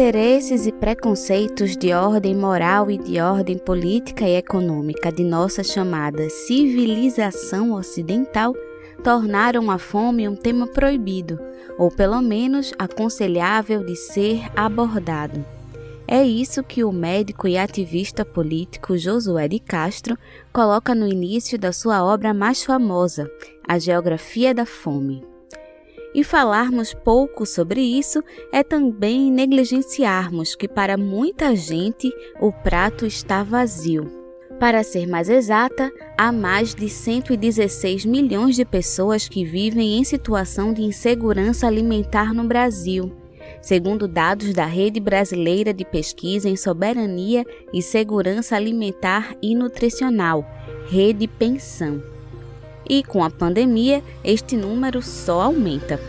interesses e preconceitos de ordem moral e de ordem política e econômica de nossa chamada civilização ocidental tornaram a fome um tema proibido, ou pelo menos aconselhável de ser abordado. É isso que o médico e ativista político Josué de Castro coloca no início da sua obra mais famosa, A Geografia da Fome. E falarmos pouco sobre isso é também negligenciarmos que para muita gente o prato está vazio. Para ser mais exata, há mais de 116 milhões de pessoas que vivem em situação de insegurança alimentar no Brasil, segundo dados da Rede Brasileira de Pesquisa em Soberania e Segurança Alimentar e Nutricional, Rede Pensão. E com a pandemia, este número só aumenta.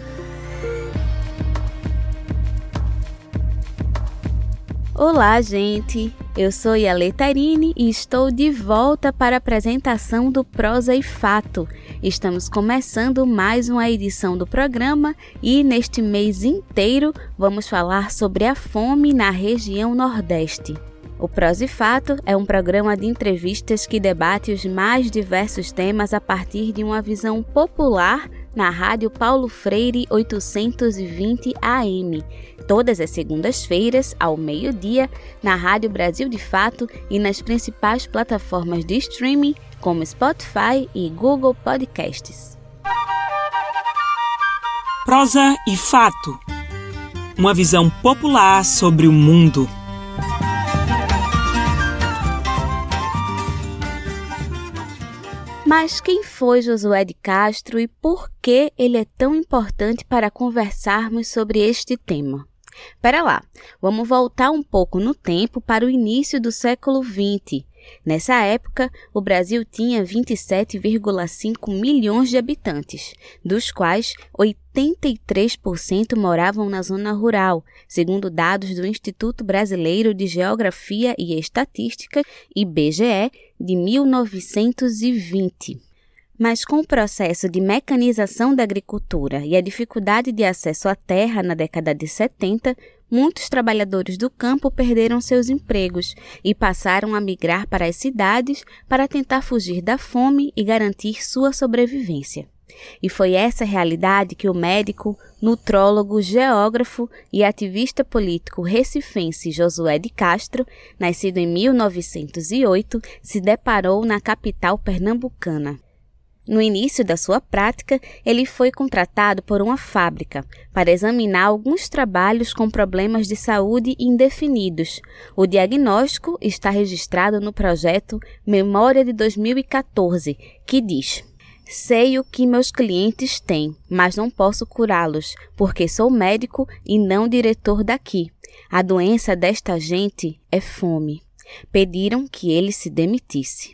Olá, gente! Eu sou Yalê Tarini e estou de volta para a apresentação do Prosa e Fato. Estamos começando mais uma edição do programa e neste mês inteiro vamos falar sobre a fome na região Nordeste. O Prosa e Fato é um programa de entrevistas que debate os mais diversos temas a partir de uma visão popular na Rádio Paulo Freire 820 AM, todas as segundas-feiras, ao meio-dia, na Rádio Brasil de Fato e nas principais plataformas de streaming, como Spotify e Google Podcasts. Prosa e Fato, uma visão popular sobre o mundo. Mas quem foi Josué de Castro e por que ele é tão importante para conversarmos sobre este tema? Pera lá, vamos voltar um pouco no tempo para o início do século XX. Nessa época, o Brasil tinha 27,5 milhões de habitantes, dos quais 83% moravam na zona rural, segundo dados do Instituto Brasileiro de Geografia e Estatística, IBGE, de 1920. Mas com o processo de mecanização da agricultura e a dificuldade de acesso à terra na década de 70, muitos trabalhadores do campo perderam seus empregos e passaram a migrar para as cidades para tentar fugir da fome e garantir sua sobrevivência. E foi essa realidade que o médico, nutrólogo, geógrafo e ativista político recifense Josué de Castro, nascido em 1908, se deparou na capital pernambucana. No início da sua prática, ele foi contratado por uma fábrica para examinar alguns trabalhos com problemas de saúde indefinidos. O diagnóstico está registrado no projeto Memória de 2014, que diz: "Sei o que meus clientes têm, mas não posso curá-los, porque sou médico e não diretor daqui. A doença desta gente é fome." Pediram que ele se demitisse.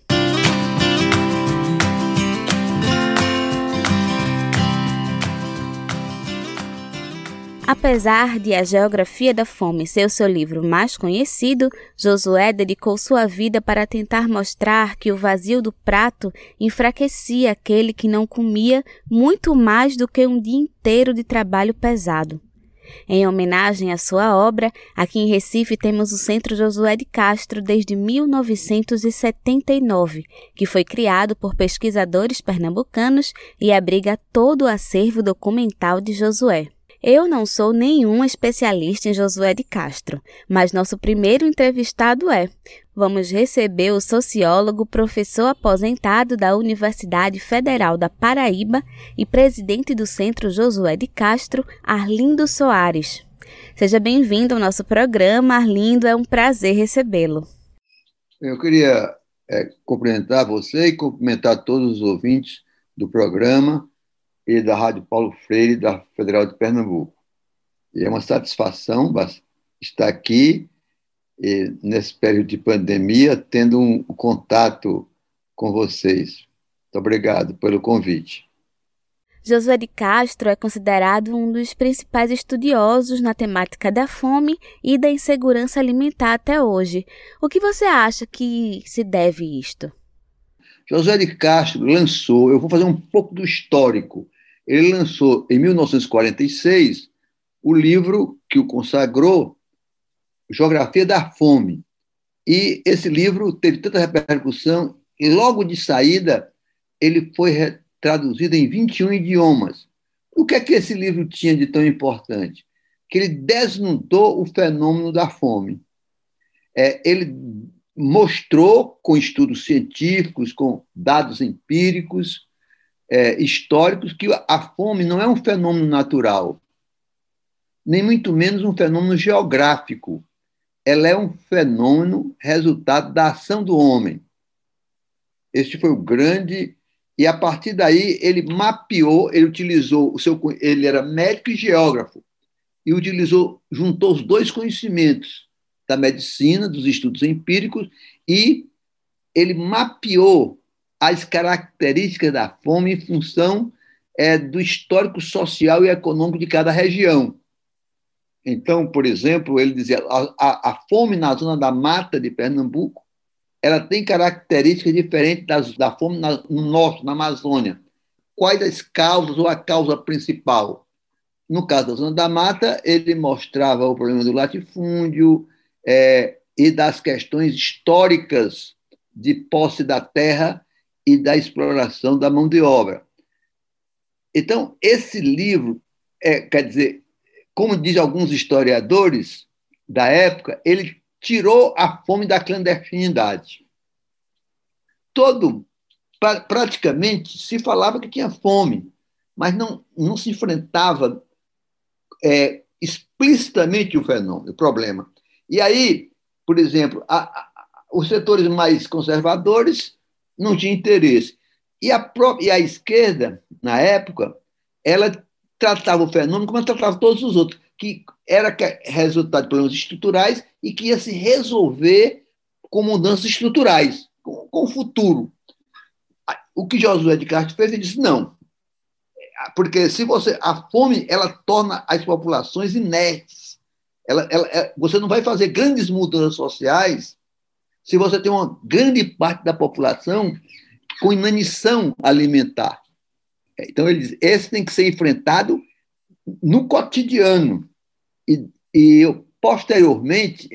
Apesar de A Geografia da Fome ser o seu livro mais conhecido, Josué dedicou sua vida para tentar mostrar que o vazio do prato enfraquecia aquele que não comia muito mais do que um dia inteiro de trabalho pesado. Em homenagem à sua obra, aqui em Recife temos o Centro Josué de Castro desde 1979, que foi criado por pesquisadores pernambucanos e abriga todo o acervo documental de Josué. Eu não sou nenhum especialista em Josué de Castro, mas nosso primeiro entrevistado é. Vamos receber o sociólogo, professor aposentado da Universidade Federal da Paraíba e presidente do Centro Josué de Castro, Arlindo Soares. Seja bem-vindo ao nosso programa, Arlindo, é um prazer recebê-lo. Eu queria cumprimentar você e cumprimentar todos os ouvintes do programa e da Rádio Paulo Freire, da Federal de Pernambuco. E é uma satisfação estar aqui, nesse período de pandemia, tendo um contato com vocês. Muito obrigado pelo convite. Josué de Castro é considerado um dos principais estudiosos na temática da fome e da insegurança alimentar até hoje. O que você acha que se deve isto? Josué de Castro lançou, eu vou fazer um pouco do histórico, ele lançou em 1946 o livro que o consagrou, Geografia da Fome. E esse livro teve tanta repercussão, e logo de saída ele foi traduzido em 21 idiomas. O que é que esse livro tinha de tão importante? Que ele desnudou o fenômeno da fome. Ele mostrou, com estudos científicos, com dados empíricos, históricos, que a fome não é um fenômeno natural, nem muito menos um fenômeno geográfico. Ela é um fenômeno resultado da ação do homem. Este foi o grande... E, a partir daí, ele mapeou, ele utilizou ele era médico e geógrafo, e juntou os dois conhecimentos da medicina, dos estudos empíricos, e ele mapeou as características da fome em função do histórico social e econômico de cada região. Então, por exemplo, ele dizia a fome na zona da mata de Pernambuco, ela tem características diferentes da fome no norte, na Amazônia. Quais as causas ou a causa principal? No caso da zona da mata, ele mostrava o problema do latifúndio e das questões históricas de posse da terra e da exploração da mão de obra. Então, esse livro, quer dizer, como dizem alguns historiadores da época, ele tirou a fome da clandestinidade. Praticamente, se falava que tinha fome, mas não se enfrentava explicitamente o fenômeno, o problema. E aí, por exemplo, os setores mais conservadores não tinham interesse. E a esquerda, na época, ela tratava o fenômeno como ela tratava todos os outros, que era resultado de problemas estruturais e que ia se resolver com mudanças estruturais, com o futuro. O que Josué de Castro fez, ele disse, não, porque a fome ela torna as populações inertes. Você não vai fazer grandes mudanças sociais se você tem uma grande parte da população com inanição alimentar. Então, ele diz, esse tem que ser enfrentado no cotidiano. E posteriormente,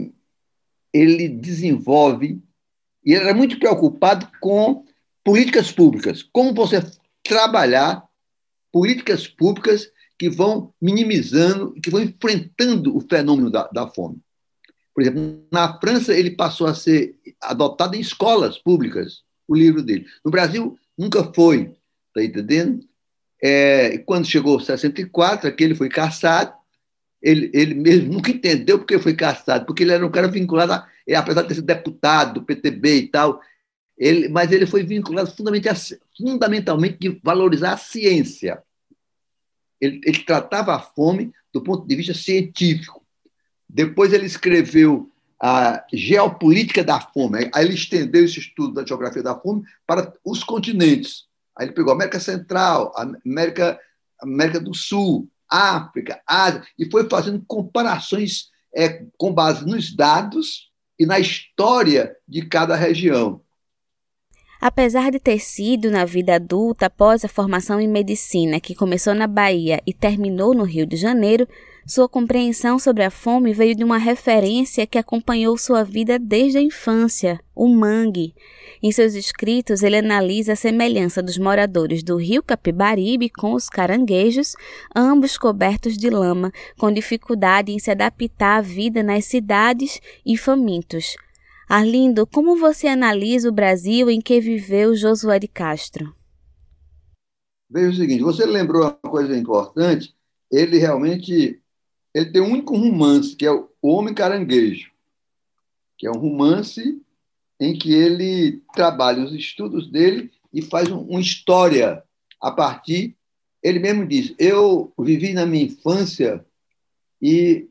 ele desenvolve, e ele era muito preocupado com políticas públicas, como você trabalhar políticas públicas que vão minimizando, que vão enfrentando o fenômeno da fome. Por exemplo, na França, ele passou a ser adotado em escolas públicas, o livro dele. No Brasil, nunca foi, está entendendo? Quando chegou em 64, aqui ele foi cassado, ele mesmo nunca entendeu porque foi cassado, porque ele era um cara vinculado, apesar de ter sido deputado do PTB e tal, mas ele foi vinculado fundamentalmente de valorizar a ciência. Ele tratava a fome do ponto de vista científico. Depois ele escreveu a Geopolítica da Fome. Aí ele estendeu esse estudo da geografia da fome para os continentes. Aí ele pegou a América Central, a América do Sul, África, Ásia, e foi fazendo comparações com base nos dados e na história de cada região. Apesar de ter sido na vida adulta após a formação em medicina, que começou na Bahia e terminou no Rio de Janeiro, sua compreensão sobre a fome veio de uma referência que acompanhou sua vida desde a infância, o mangue. Em seus escritos, ele analisa a semelhança dos moradores do rio Capibaribe com os caranguejos, ambos cobertos de lama, com dificuldade em se adaptar à vida nas cidades e famintos. Arlindo, como você analisa o Brasil em que viveu Josué de Castro? Veja o seguinte, você lembrou uma coisa importante, ele tem um único romance, que é o Homem Caranguejo, que é um romance em que ele trabalha os estudos dele e faz uma história a partir... Ele mesmo diz, eu vivi na minha infância e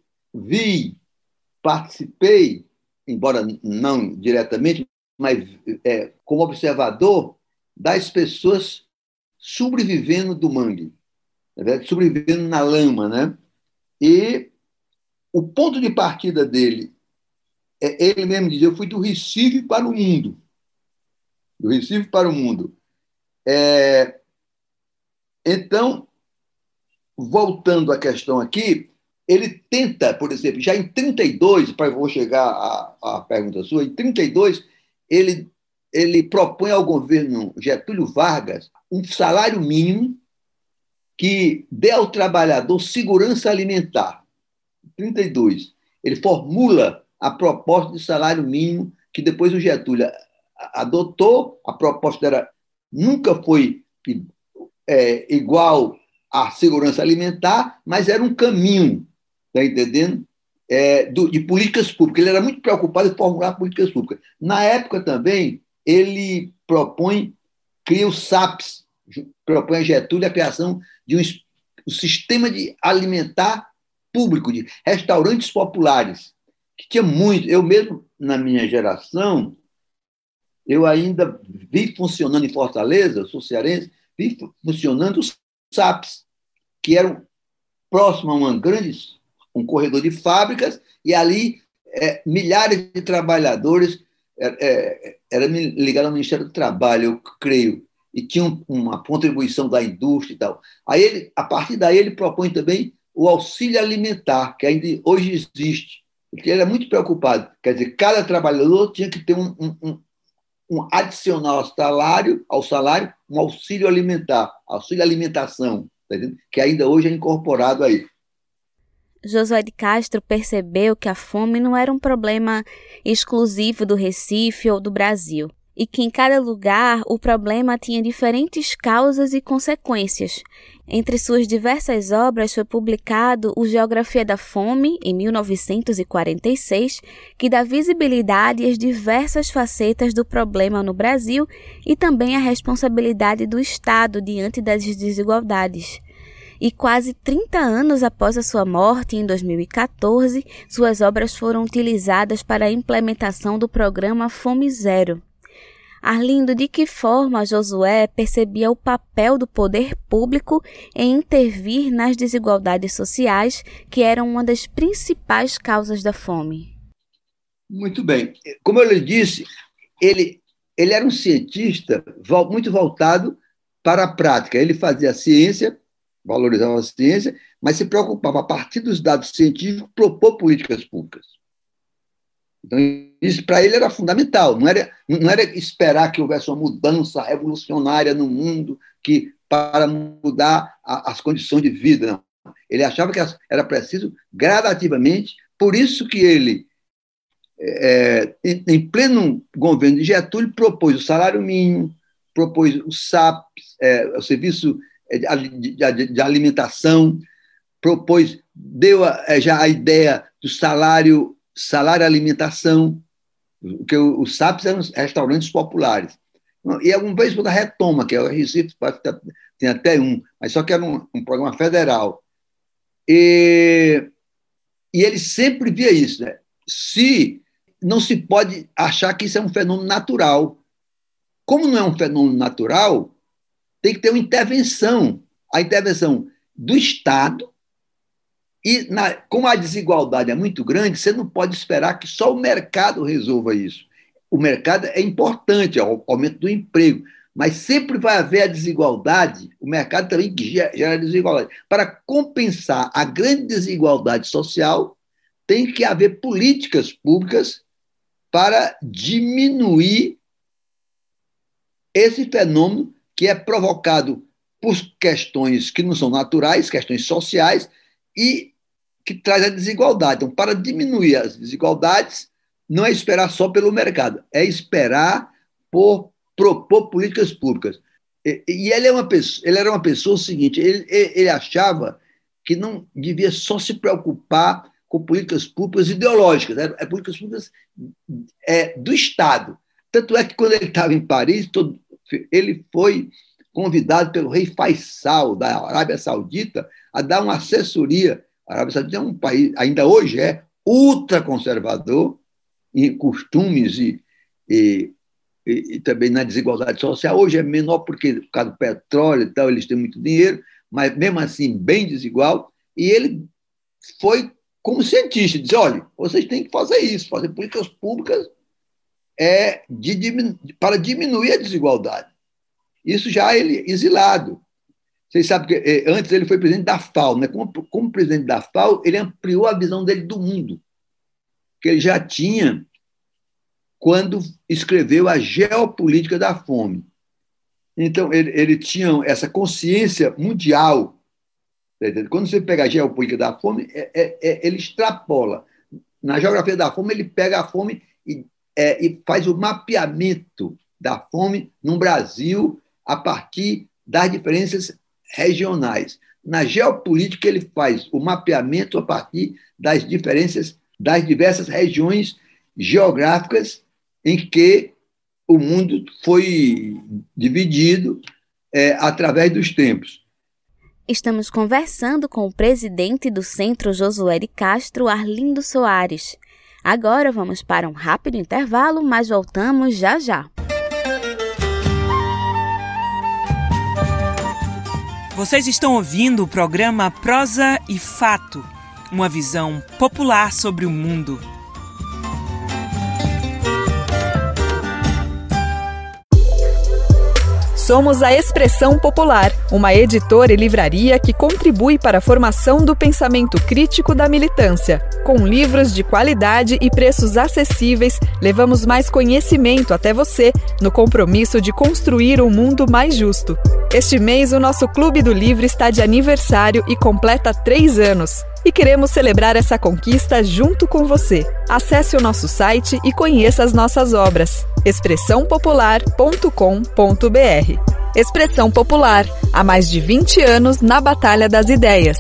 participei, embora não diretamente, mas como observador, das pessoas sobrevivendo do mangue, sobrevivendo na lama, né? E o ponto de partida dele, ele mesmo diz, eu fui do Recife para o mundo. Do Recife para o mundo. Então, voltando à questão aqui, ele tenta, por exemplo, já em 32, vou chegar à pergunta sua, em 32, ele propõe ao governo Getúlio Vargas um salário mínimo que dê ao trabalhador segurança alimentar. Em 32, ele formula a proposta de salário mínimo que depois o Getúlio adotou. A proposta nunca foi igual à segurança alimentar, mas era um caminho, está entendendo? De políticas públicas. Ele era muito preocupado em formular políticas públicas. Na época também, ele cria o SAPS, propõe a Getúlio a criação de um sistema de alimentar público, de restaurantes populares, que tinha muito. Eu mesmo, na minha geração, eu ainda vi funcionando em Fortaleza, sou cearense, vi funcionando os SAPs, que eram próximo a um corredor de fábricas, e ali milhares de trabalhadores era ligado ao Ministério do Trabalho, eu creio, e tinha uma contribuição da indústria e tal. Aí a partir daí ele propõe também o auxílio alimentar, que ainda hoje existe. Ele era muito preocupado. Quer dizer, cada trabalhador tinha que ter um adicional ao salário, um auxílio alimentar, auxílio alimentação, tá entendendo? Que ainda hoje é incorporado aí. Josué de Castro percebeu que a fome não era um problema exclusivo do Recife ou do Brasil, e que em cada lugar o problema tinha diferentes causas e consequências. Entre suas diversas obras foi publicado o Geografia da Fome, em 1946, que dá visibilidade às diversas facetas do problema no Brasil e também a responsabilidade do Estado diante das desigualdades. E quase 30 anos após a sua morte, em 2014, suas obras foram utilizadas para a implementação do programa Fome Zero. Arlindo, de que forma Josué percebia o papel do poder público em intervir nas desigualdades sociais, que eram uma das principais causas da fome? Muito bem. Como eu lhe disse, ele era um cientista muito voltado para a prática. Ele fazia ciência, valorizava a ciência, mas se preocupava, a partir dos dados científicos, propor políticas públicas. Então, isso para ele era fundamental. Não era esperar que houvesse uma mudança revolucionária no mundo para mudar as condições de vida. Não. Ele achava que era preciso gradativamente. Por isso que ele, em pleno governo de Getúlio, propôs o salário mínimo, propôs o SAP, o Serviço de Alimentação, deu já a ideia do salário alimentação, que os SAPs eram os restaurantes populares. E alguma vez quando retoma, que é o Recife, tem até mas só que era um programa federal. E ele sempre via isso, né? Não se pode achar que isso é um fenômeno natural. Como não é um fenômeno natural, tem que ter uma intervenção, a intervenção do Estado. E como a desigualdade é muito grande, você não pode esperar que só o mercado resolva isso. O mercado é importante, é o aumento do emprego, mas sempre vai haver a desigualdade, o mercado também gera desigualdade. Para compensar a grande desigualdade social, tem que haver políticas públicas para diminuir esse fenômeno que é provocado por questões que não são naturais, questões sociais, e que traz a desigualdade. Então, para diminuir as desigualdades, não é esperar só pelo mercado, é esperar por propor políticas públicas. E ele era uma pessoa seguinte, ele achava que não devia só se preocupar com políticas públicas ideológicas, políticas públicas do Estado. Tanto é que, quando ele estava em Paris, ele foi convidado pelo rei Faisal, da Arábia Saudita, a dar uma assessoria. A Arábia Saudita é um país, ainda hoje ultraconservador em costumes e também na desigualdade social. Hoje é menor por causa do petróleo e tal, eles têm muito dinheiro, mas mesmo assim bem desigual. E ele foi como cientista, disse: olha, vocês têm que fazer isso, fazer políticas públicas para diminuir a desigualdade. Isso já ele exilado. Vocês sabem que antes ele foi presidente da FAO, né? Como presidente da FAO, ele ampliou a visão dele do mundo, que ele já tinha quando escreveu A Geopolítica da Fome. Então, ele tinha essa consciência mundial. Quando você pega a geopolítica da fome, ele extrapola. Na geografia da fome, ele pega a fome e faz o mapeamento da fome no Brasil a partir das diferenças regionais. Na geopolítica, ele faz o mapeamento a partir das diferenças das diversas regiões geográficas em que o mundo foi dividido através dos tempos. Estamos conversando com o presidente do Centro Josué de Castro, Arlindo Soares. Agora vamos para um rápido intervalo, mas voltamos já já. Vocês estão ouvindo o programa Prosa e Fato, uma visão popular sobre o mundo. Somos a Expressão Popular, uma editora e livraria que contribui para a formação do pensamento crítico da militância. Com livros de qualidade e preços acessíveis, levamos mais conhecimento até você, no compromisso de construir um mundo mais justo. Este mês, o nosso Clube do Livro está de aniversário e completa 3 anos. E queremos celebrar essa conquista junto com você. Acesse o nosso site e conheça as nossas obras. expressãopopular.com.br. Expressão Popular, há mais de 20 anos na Batalha das Ideias.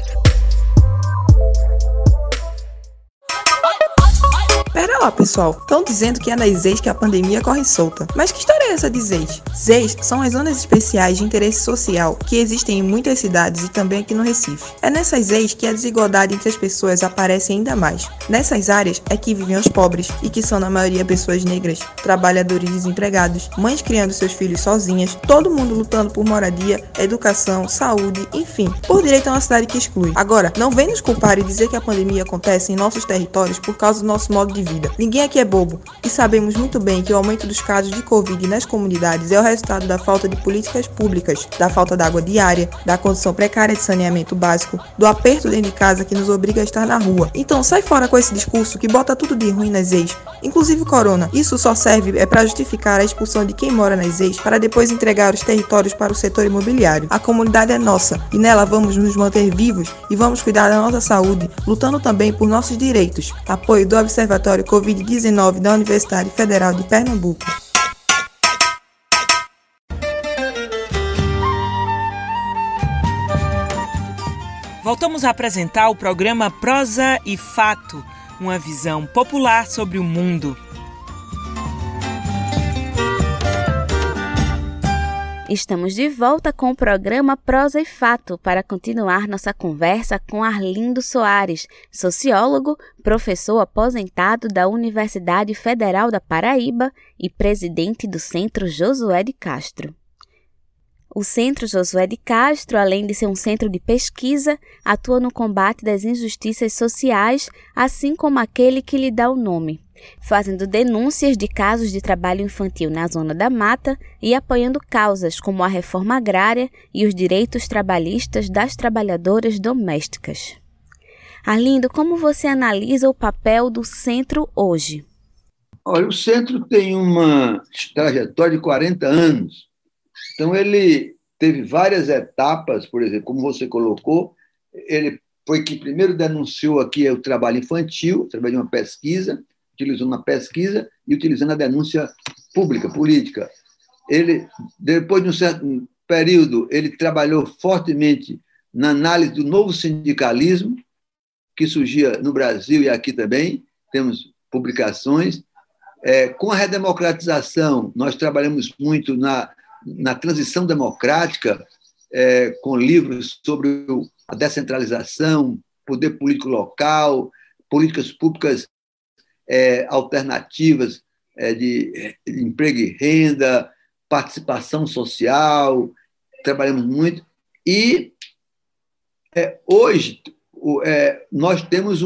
Pera lá, pessoal. Estão dizendo que é nas ZEIs que a pandemia corre solta. Mas que história é essa de ZEIs? ZEIs são as zonas especiais de interesse social que existem em muitas cidades e também aqui no Recife. É nessas ZEIs que a desigualdade entre as pessoas aparece ainda mais. Nessas áreas é que vivem os pobres e que são na maioria pessoas negras, trabalhadores desempregados, mães criando seus filhos sozinhas, todo mundo lutando por moradia, educação, saúde, enfim, por direito a uma cidade que exclui. Agora, não vem nos culpar e dizer que a pandemia acontece em nossos territórios por causa do nosso modo de vida. Ninguém aqui é bobo e sabemos muito bem que o aumento dos casos de Covid nas comunidades é o resultado da falta de políticas públicas, da falta de água diária, da condição precária de saneamento básico, do aperto dentro de casa que nos obriga a estar na rua. Então sai fora com esse discurso que bota tudo de ruim nas ZEIs, inclusive o corona. Isso só serve para justificar a expulsão de quem mora nas ZEIs para depois entregar os territórios para o setor imobiliário. A comunidade é nossa e nela vamos nos manter vivos e vamos cuidar da nossa saúde, lutando também por nossos direitos. Apoio do Observatório Covid-19 da Universidade Federal de Pernambuco. Voltamos a apresentar o programa Prosa e Fato, uma visão popular sobre o mundo. Estamos de volta com o programa Prosa e Fato para continuar nossa conversa com Arlindo Soares, sociólogo, professor aposentado da Universidade Federal da Paraíba e presidente do Centro Josué de Castro. O Centro Josué de Castro, além de ser um centro de pesquisa, atua no combate das injustiças sociais, assim como aquele que lhe dá o nome, fazendo denúncias de casos de trabalho infantil na Zona da Mata e apoiando causas como a reforma agrária e os direitos trabalhistas das trabalhadoras domésticas. Arlindo, como você analisa o papel do centro hoje? Olha, o centro tem uma trajetória de 40 anos. Então, ele teve várias etapas, por exemplo, como você colocou, ele foi que primeiro denunciou aqui o trabalho infantil, através de uma pesquisa, utilizando uma pesquisa e utilizando a denúncia pública, política. Ele, depois de um certo período, ele trabalhou fortemente na análise do novo sindicalismo, que surgia no Brasil e aqui também, temos publicações. Com a redemocratização, nós trabalhamos muito na transição democrática, com livros sobre a descentralização, poder político local, políticas públicas alternativas de emprego e renda, participação social, trabalhamos muito. E hoje nós temos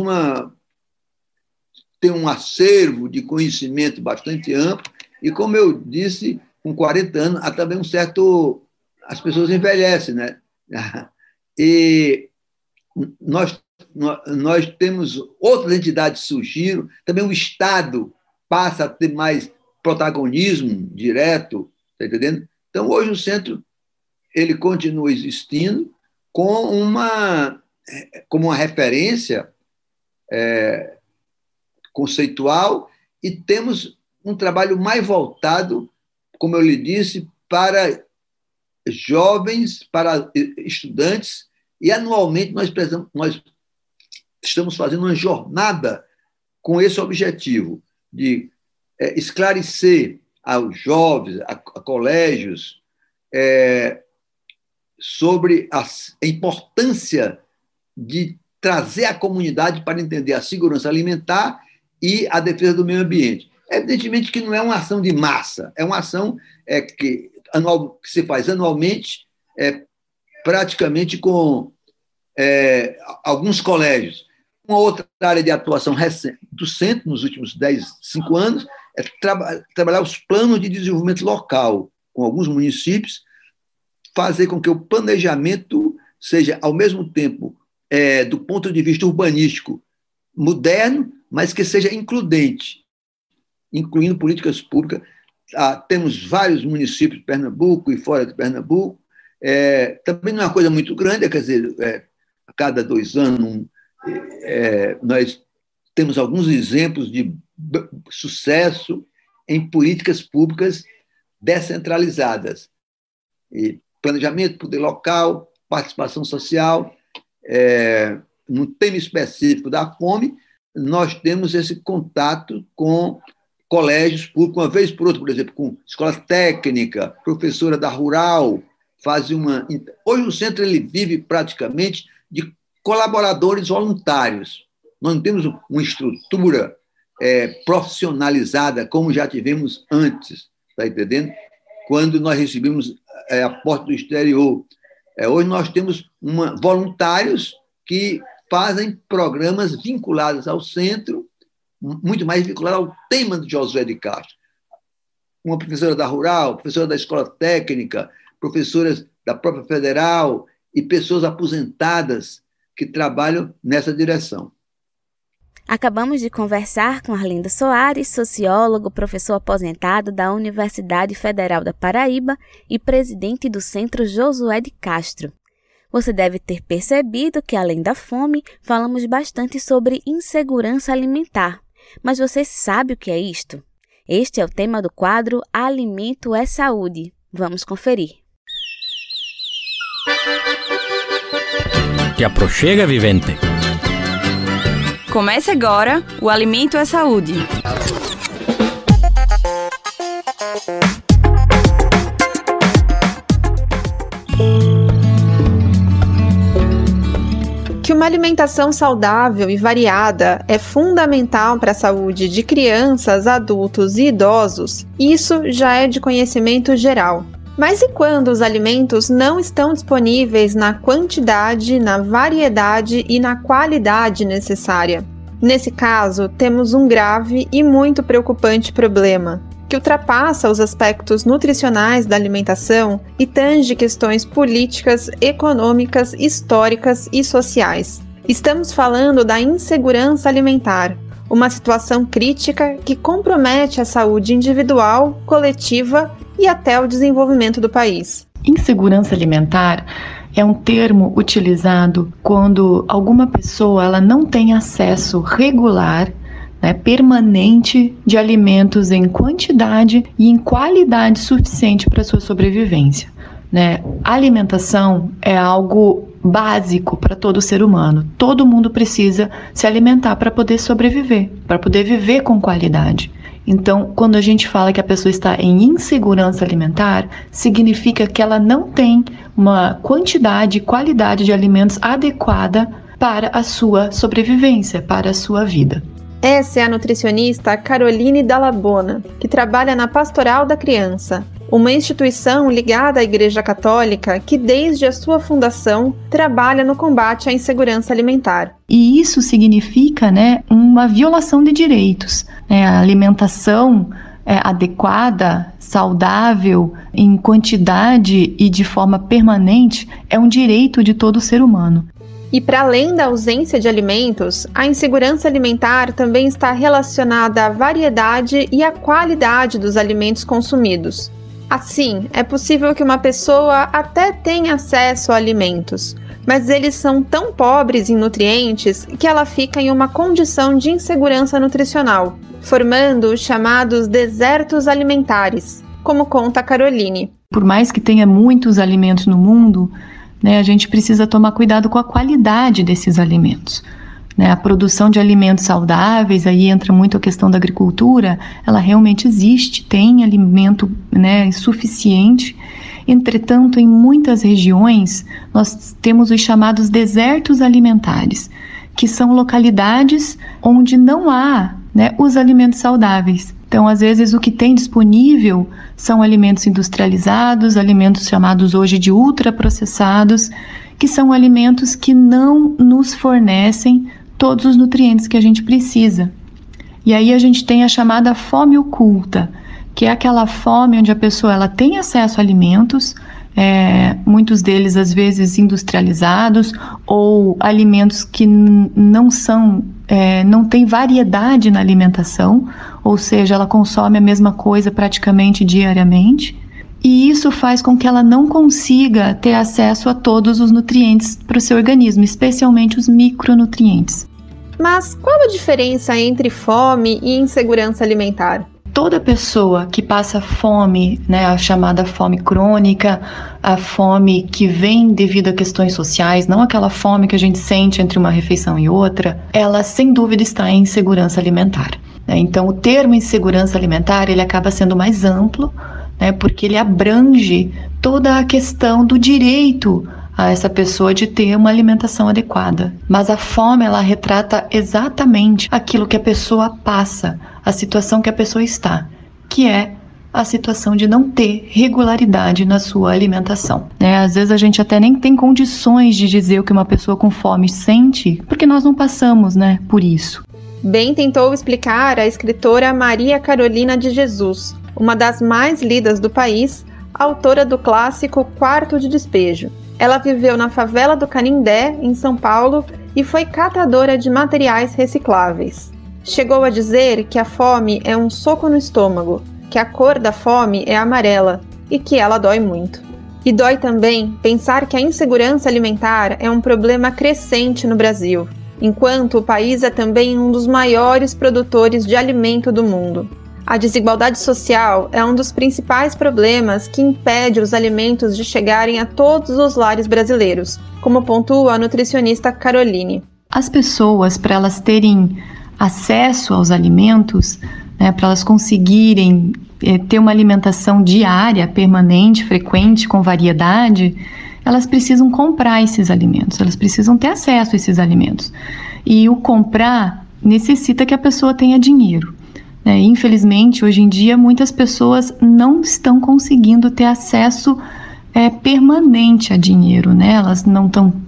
um acervo de conhecimento bastante amplo e, como eu disse, com 40 anos, há também um certo... As pessoas envelhecem, né? E nós temos outras entidades surgiram, também o Estado passa a ter mais protagonismo direto, está entendendo? Então, hoje o centro ele continua existindo como uma referência conceitual, e temos um trabalho mais voltado, como eu lhe disse, para jovens, para estudantes, e anualmente nós estamos fazendo uma jornada com esse objetivo de esclarecer aos jovens, a colégios, sobre a importância de trazer a comunidade para entender a segurança alimentar e a defesa do meio ambiente. Evidentemente que não é uma ação de massa, é uma ação que se faz anualmente, praticamente com alguns colégios. Uma outra área de atuação recente do centro, nos últimos 5 anos, é trabalhar os planos de desenvolvimento local com alguns municípios, fazer com que o planejamento seja, ao mesmo tempo, do ponto de vista urbanístico, moderno, mas que seja includente, incluindo políticas públicas. Temos vários municípios de Pernambuco e fora de Pernambuco. Também não é uma coisa muito grande, quer dizer, a cada 2 anos nós temos alguns exemplos de sucesso em políticas públicas descentralizadas. E planejamento, poder local, participação social. No tema específico da fome, nós temos esse contato com colégios públicos, uma vez por outra, por exemplo, com escola técnica, professora da Rural, Hoje o centro ele vive praticamente de colaboradores voluntários. Nós não temos uma estrutura profissionalizada como já tivemos antes, está entendendo? Quando nós recebemos aporte do exterior. Hoje nós temos voluntários que fazem programas vinculados ao centro, muito mais vinculados ao tema de Josué de Castro. Uma professora da Rural, professora da Escola Técnica, professoras da própria Federal e pessoas aposentadas que trabalham nessa direção. Acabamos de conversar com Arlindo Soares, sociólogo, professor aposentado da Universidade Federal da Paraíba e presidente do Centro Josué de Castro. Você deve ter percebido que, além da fome, falamos bastante sobre insegurança alimentar. Mas você sabe o que é isto? Este é o tema do quadro Alimento é Saúde. Vamos conferir. Te aproxega, vivente. Comece agora o Alimento é Saúde. Que uma alimentação saudável e variada é fundamental para a saúde de crianças, adultos e idosos, isso já é de conhecimento geral. Mas e quando os alimentos não estão disponíveis na quantidade, na variedade e na qualidade necessária? Nesse caso, temos um grave e muito preocupante problema, que ultrapassa os aspectos nutricionais da alimentação e tange questões políticas, econômicas, históricas e sociais. Estamos falando da insegurança alimentar, uma situação crítica que compromete a saúde individual, coletiva e até o desenvolvimento do país. Insegurança alimentar é um termo utilizado quando alguma pessoa ela não tem acesso regular, permanente de alimentos em quantidade e em qualidade suficiente para sua sobrevivência. A alimentação é algo básico para todo ser humano. Todo mundo precisa se alimentar para poder sobreviver, para poder viver com qualidade. Então, quando a gente fala que a pessoa está em insegurança alimentar, significa que ela não tem uma quantidade e qualidade de alimentos adequada para a sua sobrevivência, para a sua vida. Essa é a nutricionista Caroline Dallabona, que trabalha na Pastoral da Criança, uma instituição ligada à Igreja Católica que, desde a sua fundação, trabalha no combate à insegurança alimentar. E isso significa, uma violação de direitos. A alimentação adequada, saudável, em quantidade e de forma permanente, é um direito de todo ser humano. E para além da ausência de alimentos, a insegurança alimentar também está relacionada à variedade e à qualidade dos alimentos consumidos. Assim, é possível que uma pessoa até tenha acesso a alimentos, mas eles são tão pobres em nutrientes que ela fica em uma condição de insegurança nutricional, formando os chamados desertos alimentares, como conta a Caroline. Por mais que tenha muitos alimentos no mundo, a gente precisa tomar cuidado com a qualidade desses alimentos. A produção de alimentos saudáveis, aí entra muito a questão da agricultura, ela realmente existe, tem alimento suficiente. Entretanto, em muitas regiões, nós temos os chamados desertos alimentares, que são localidades onde não há os alimentos saudáveis. Então, às vezes, o que tem disponível são alimentos industrializados, alimentos chamados hoje de ultraprocessados, que são alimentos que não nos fornecem todos os nutrientes que a gente precisa. E aí a gente tem a chamada fome oculta, que é aquela fome onde a pessoa ela tem acesso a alimentos, muitos deles às vezes industrializados, ou alimentos que não tem variedade na alimentação, ou seja, ela consome a mesma coisa praticamente diariamente, e isso faz com que ela não consiga ter acesso a todos os nutrientes para o seu organismo, especialmente os micronutrientes. Mas qual a diferença entre fome e insegurança alimentar? Toda pessoa que passa fome, a chamada fome crônica, a fome que vem devido a questões sociais, não aquela fome que a gente sente entre uma refeição e outra, ela sem dúvida está em insegurança alimentar. Então o termo insegurança alimentar ele acaba sendo mais amplo, porque ele abrange toda a questão do direito a essa pessoa de ter uma alimentação adequada. Mas a fome, ela retrata exatamente aquilo que a pessoa passa, a situação que a pessoa está, que é a situação de não ter regularidade na sua alimentação. Às vezes a gente até nem tem condições de dizer o que uma pessoa com fome sente, porque nós não passamos, por isso. Bem tentou explicar a escritora Maria Carolina de Jesus, uma das mais lidas do país, autora do clássico Quarto de Despejo. Ela viveu na favela do Canindé, em São Paulo, e foi catadora de materiais recicláveis. Chegou a dizer que a fome é um soco no estômago, que a cor da fome é amarela e que ela dói muito. E dói também pensar que a insegurança alimentar é um problema crescente no Brasil, enquanto o país é também um dos maiores produtores de alimento do mundo. A desigualdade social é um dos principais problemas que impede os alimentos de chegarem a todos os lares brasileiros, como pontua a nutricionista Caroline. As pessoas, para elas terem acesso aos alimentos, para elas conseguirem ter uma alimentação diária, permanente, frequente, com variedade, elas precisam comprar esses alimentos, elas precisam ter acesso a esses alimentos. E o comprar necessita que a pessoa tenha dinheiro. Infelizmente, hoje em dia, muitas pessoas não estão conseguindo ter acesso permanente a dinheiro, Elas não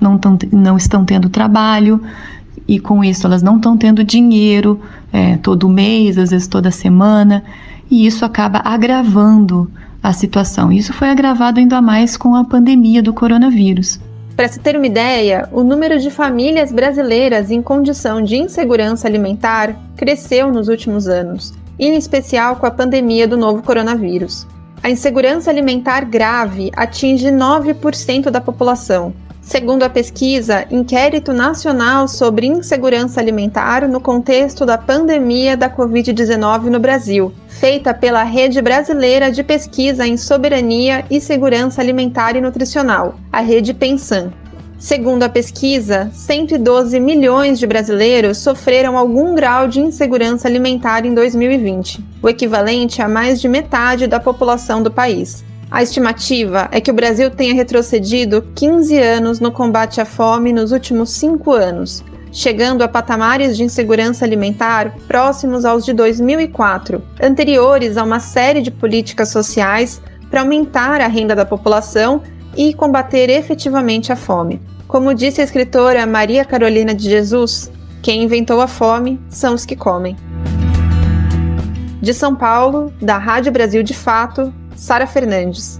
estão tendo trabalho e, com isso, elas não estão tendo dinheiro todo mês, às vezes toda semana, e isso acaba agravando a situação. Isso foi agravado ainda mais com a pandemia do coronavírus. Para se ter uma ideia, o número de famílias brasileiras em condição de insegurança alimentar cresceu nos últimos anos, em especial com a pandemia do novo coronavírus. A insegurança alimentar grave atinge 9% da população, segundo a pesquisa Inquérito Nacional sobre Insegurança Alimentar no contexto da pandemia da Covid-19 no Brasil, feita pela Rede Brasileira de Pesquisa em Soberania e Segurança Alimentar e Nutricional, a Rede Pensan. Segundo a pesquisa, 112 milhões de brasileiros sofreram algum grau de insegurança alimentar em 2020, o equivalente a mais de metade da população do país. A estimativa é que o Brasil tenha retrocedido 15 anos no combate à fome nos últimos 5 anos, chegando a patamares de insegurança alimentar próximos aos de 2004, anteriores a uma série de políticas sociais para aumentar a renda da população e combater efetivamente a fome. Como disse a escritora Maria Carolina de Jesus, quem inventou a fome são os que comem. De São Paulo, da Rádio Brasil de Fato, Sara Fernandes.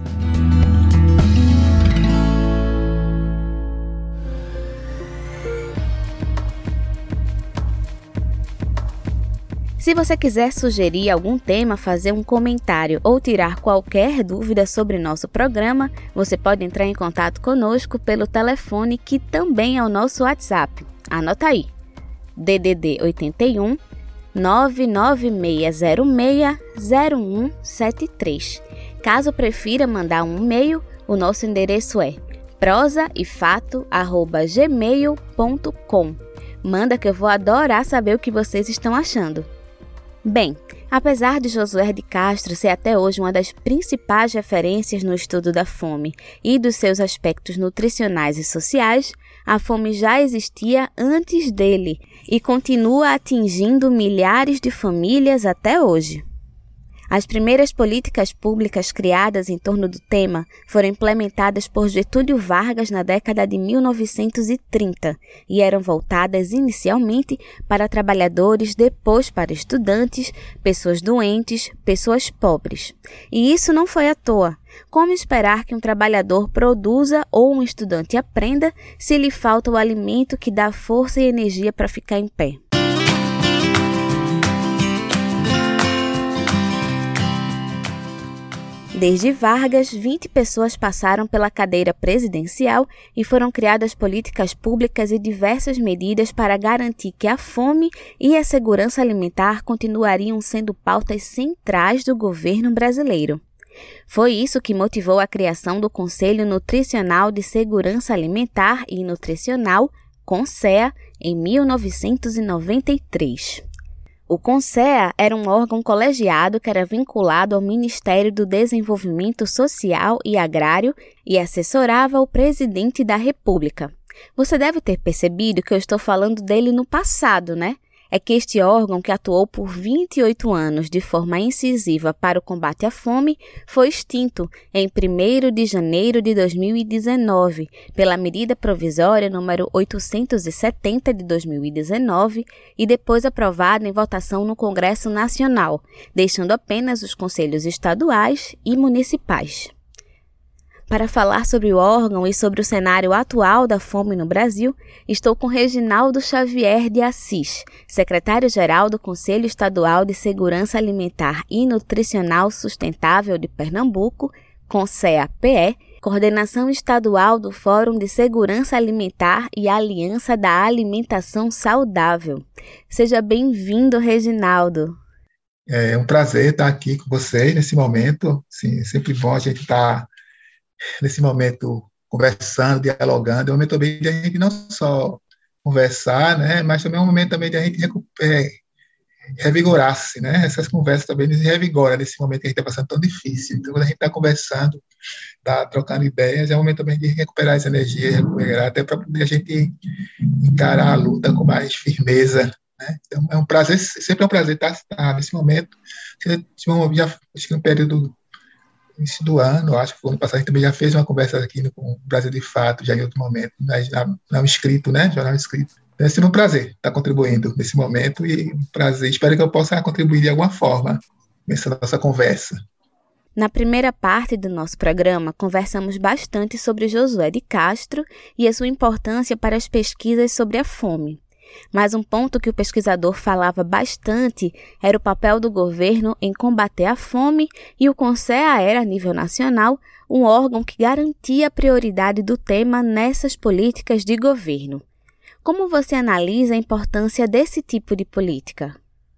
Se você quiser sugerir algum tema, fazer um comentário ou tirar qualquer dúvida sobre nosso programa, você pode entrar em contato conosco pelo telefone que também é o nosso WhatsApp. Anota aí, DDD 81 996060173. Caso prefira mandar um e-mail, o nosso endereço é prosaifato@gmail.com. Manda que eu vou adorar saber o que vocês estão achando. Bem, apesar de Josué de Castro ser até hoje uma das principais referências no estudo da fome e dos seus aspectos nutricionais e sociais, a fome já existia antes dele e continua atingindo milhares de famílias até hoje. As primeiras políticas públicas criadas em torno do tema foram implementadas por Getúlio Vargas na década de 1930 e eram voltadas inicialmente para trabalhadores, depois para estudantes, pessoas doentes, pessoas pobres. E isso não foi à toa. Como esperar que um trabalhador produza ou um estudante aprenda se lhe falta o alimento que dá força e energia para ficar em pé? Desde Vargas, 20 pessoas passaram pela cadeira presidencial e foram criadas políticas públicas e diversas medidas para garantir que a fome e a segurança alimentar continuariam sendo pautas centrais do governo brasileiro. Foi isso que motivou a criação do Conselho Nutricional de Segurança Alimentar e Nutricional, CONSEA, em 1993. O CONSEA era um órgão colegiado que era vinculado ao Ministério do Desenvolvimento Social e Agrário e assessorava o presidente da República. Você deve ter percebido que eu estou falando dele no passado, né? É que este órgão, que atuou por 28 anos de forma incisiva para o combate à fome, foi extinto em 1º de janeiro de 2019, pela medida provisória número 870 de 2019 e depois aprovada em votação no Congresso Nacional, deixando apenas os conselhos estaduais e municipais. Para falar sobre o órgão e sobre o cenário atual da fome no Brasil, estou com Reginaldo Xavier de Assis, secretário-geral do Conselho Estadual de Segurança Alimentar e Nutricional Sustentável de Pernambuco, CONSEA-PE, coordenação estadual do Fórum de Segurança Alimentar e Aliança da Alimentação Saudável. Seja bem-vindo, Reginaldo. É um prazer estar aqui com vocês nesse momento. Sim, é sempre bom a gente estar nesse momento conversando, dialogando. É um momento também de a gente não só conversar, né, mas também é um momento também de a gente revigorar-se, né? Essas conversas também nos revigoram nesse momento que a gente está passando tão difícil. Então, quando a gente está conversando, está trocando ideias, é um momento também de recuperar essa energia, recuperar, até para poder a gente encarar a luta com mais firmeza, né? Então, é um prazer, sempre é um prazer estar nesse momento. Já acho que no período início do ano, acho que o ano passado a gente também já fez uma conversa aqui com o Brasil de Fato, já em outro momento, mas não escrito, né? Jornal escrito. Então, é sempre um prazer estar contribuindo nesse momento e um prazer. Espero que eu possa contribuir de alguma forma nessa nossa conversa. Na primeira parte do nosso programa, conversamos bastante sobre Josué de Castro e a sua importância para as pesquisas sobre a fome. Mas um ponto que o pesquisador falava bastante era o papel do governo em combater a fome, e o CONSEA era, a nível nacional, um órgão que garantia a prioridade do tema nessas políticas de governo. Como você analisa a importância desse tipo de política?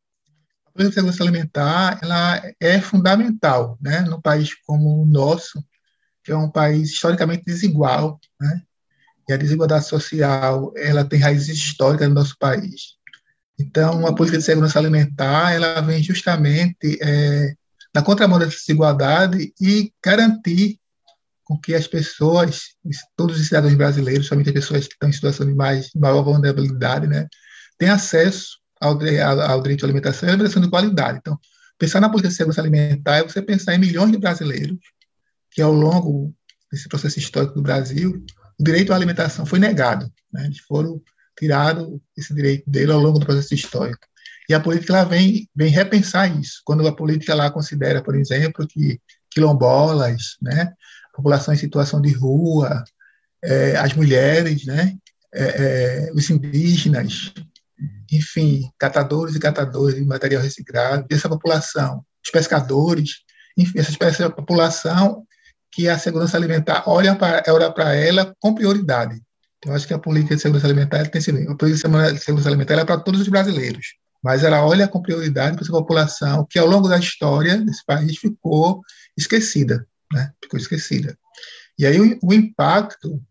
A política de segurança alimentar, ela é fundamental, né, num país como o nosso, que é um país historicamente desigual, né? E a desigualdade social, ela tem raízes históricas no nosso país. Então, a política de segurança alimentar, ela vem justamente na contramão dessa desigualdade e garantir com que as pessoas, todos os cidadãos brasileiros, somente as pessoas que estão em situação de maior vulnerabilidade, né, tenham acesso ao direito à alimentação e à alimentação de qualidade. Então, pensar na política de segurança alimentar é você pensar em milhões de brasileiros que, ao longo desse processo histórico do Brasil, o direito à alimentação foi negado, né? Eles foram tirados esse direito dele ao longo do processo histórico. E a política ela vem repensar isso. Quando a política lá considera, por exemplo, que quilombolas, né, população em situação de rua, as mulheres, né, os indígenas, enfim, catadores e catadoras de material reciclado, essa população, os pescadores, enfim, essa população que a segurança alimentar olha para ela com prioridade. Então, eu acho que a política de segurança alimentar tem sido, a política de segurança alimentar é para todos os brasileiros, mas ela olha com prioridade para essa população que, ao longo da história desse país, ficou esquecida, né? Ficou esquecida. E aí o impacto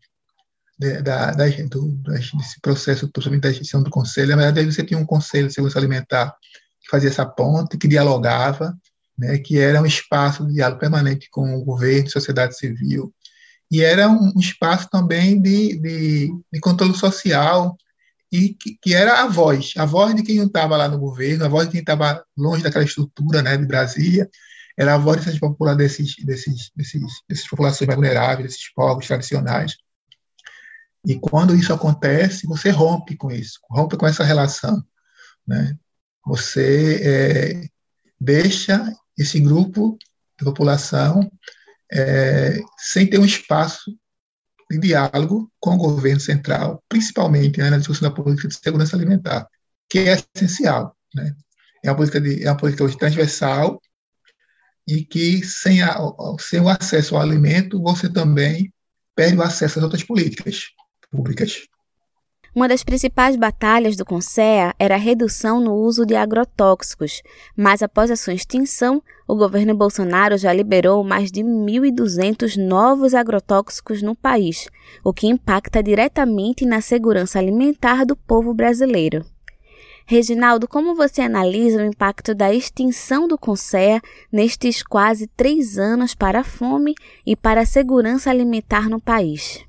desse processo, principalmente da extinção do conselho, na verdade, aí você tinha um conselho de segurança alimentar que fazia essa ponte, que dialogava, né, que era um espaço de diálogo permanente com o governo, sociedade civil, e era um espaço também de controle social, e que era a voz de quem não estava lá no governo, a voz de quem estava longe daquela estrutura, né, de Brasília, era a voz dessas populações mais vulneráveis, desses povos tradicionais. E quando isso acontece, você rompe com isso, rompe com essa relação, né? Você deixa esse grupo de população sem ter um espaço de diálogo com o governo central, principalmente, né, na discussão da política de segurança alimentar, que é essencial, né? É uma política hoje transversal e que sem o acesso ao alimento, você também perde o acesso às outras políticas públicas. Uma das principais batalhas do CONSEA era a redução no uso de agrotóxicos, mas após a sua extinção, o governo Bolsonaro já liberou mais de 1.200 novos agrotóxicos no país, o que impacta diretamente na segurança alimentar do povo brasileiro. Reginaldo, como você analisa o impacto da extinção do CONSEA nestes quase 3 anos para a fome e para a segurança alimentar no país?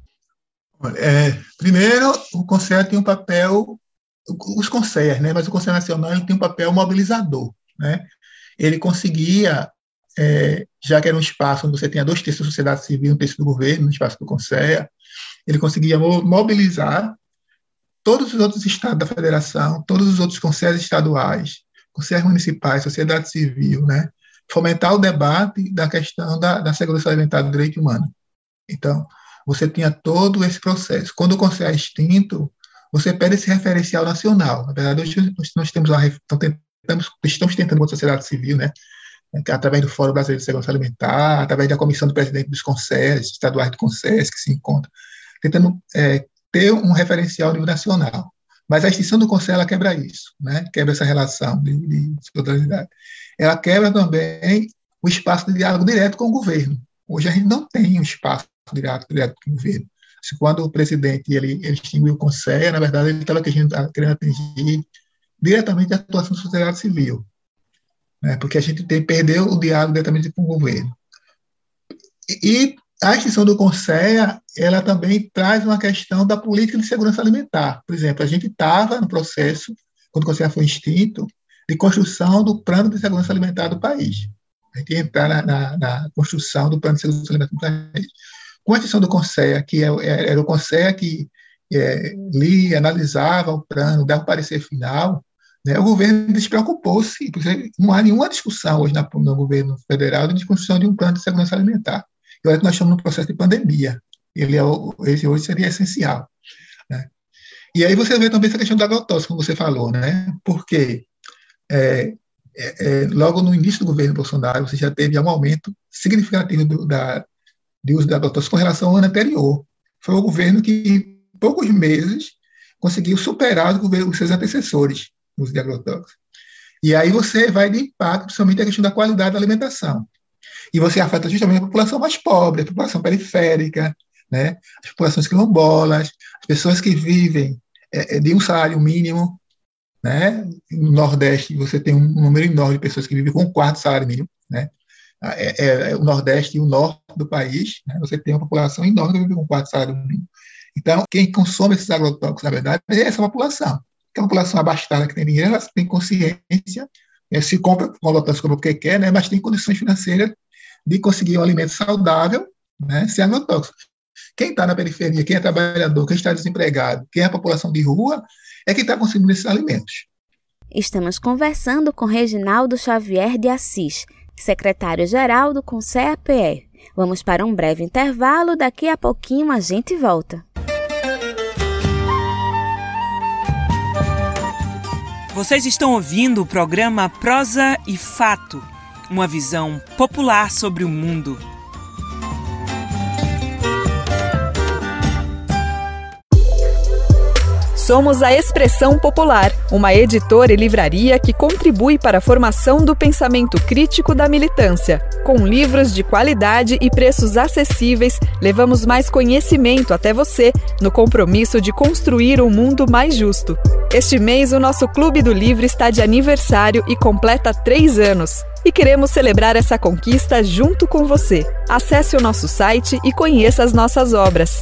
Primeiro, o CONSEA tem um papel, os CONSEAs, né, mas o Conselho Nacional ele tem um papel mobilizador, né? Ele conseguia, já que era um espaço onde você tinha 2/3 da sociedade civil, 1/3 do governo, no espaço do CONSEA, ele conseguia mobilizar todos os outros estados da federação, todos os outros conselhos estaduais, conselhos municipais, sociedade civil, né? Fomentar o debate da questão da segurança alimentar do direito humano. Então, você tinha todo esse processo. Quando o conselho é extinto, você perde esse referencial nacional. Na verdade, hoje nós temos estamos tentando com a sociedade civil, né? Através do Fórum Brasileiro de Segurança Alimentar, através da comissão do presidente dos conselhos estaduais de conselhos que se encontram, tentando ter um referencial a nível nacional. Mas a extinção do conselho, ela quebra isso, né? Quebra essa relação de solidariedade. Ela quebra também o espaço de diálogo direto com o governo. Hoje a gente não tem um espaço direto com o governo. Quando o presidente ele extinguiu o conselho, na verdade, ele estava querendo atingir diretamente a atuação da sociedade civil, né? Porque a gente perdeu o diálogo diretamente com o governo. E a extinção do CONSEA, ela também traz uma questão da política de segurança alimentar. Por exemplo, a gente estava no processo, quando o CONSEA foi extinto, de construção do plano de segurança alimentar do país. A gente ia entrar na construção do plano de segurança alimentar do país. Com a extinção do CONSEA, que era o CONSEA que lia, analisava o plano, dava o parecer final, né, o governo despreocupou-se, porque não há nenhuma discussão hoje no governo federal de construção de um plano de segurança alimentar. E olha que nós estamos num processo de pandemia. Esse hoje seria essencial, né? E aí você vê também essa questão do agrotóxico, como você falou, né? Porque logo no início do governo Bolsonaro, você já teve um aumento significativo de uso de agrotóxico com relação ao ano anterior. Foi o governo que, em poucos meses, conseguiu superar os seus antecessores no uso de agrotóxico. E aí você vai de impacto, principalmente a questão da qualidade da alimentação. E você afeta justamente a população mais pobre, a população periférica, né? As populações quilombolas, as pessoas que vivem de um salário mínimo, né? No Nordeste, você tem um número enorme de pessoas que vivem com 1/4 do salário mínimo, né? O Nordeste e o Norte do país, né? Você tem uma população enorme que vive com 1/4 do salário mínimo. Então, quem consome esses agrotóxicos, na verdade, é essa população. Que é uma população abastada que tem dinheiro, ela tem consciência, se compra com agrotóxico porque quer, né? Mas tem condições financeiras de conseguir um alimento saudável, né, sem agrotóxico. Quem está na periferia, quem é trabalhador, quem está desempregado, quem é a população de rua, é quem está consumindo esses alimentos. Estamos conversando com Reginaldo Xavier de Assis, secretário-geral do CONSEA-PE. Vamos para um breve intervalo, daqui a pouquinho a gente volta. Vocês estão ouvindo o programa Prosa e Fato, uma visão popular sobre o mundo. Somos a Expressão Popular, uma editora e livraria que contribui para a formação do pensamento crítico da militância. Com livros de qualidade e preços acessíveis, levamos mais conhecimento até você, no compromisso de construir um mundo mais justo. Este mês, o nosso Clube do Livro está de aniversário e completa 3 anos. E queremos celebrar essa conquista junto com você. Acesse o nosso site e conheça as nossas obras.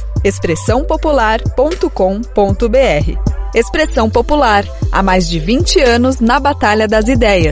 expressãopopular.com.br. Expressão Popular, há mais de 20 anos na Batalha das Ideias.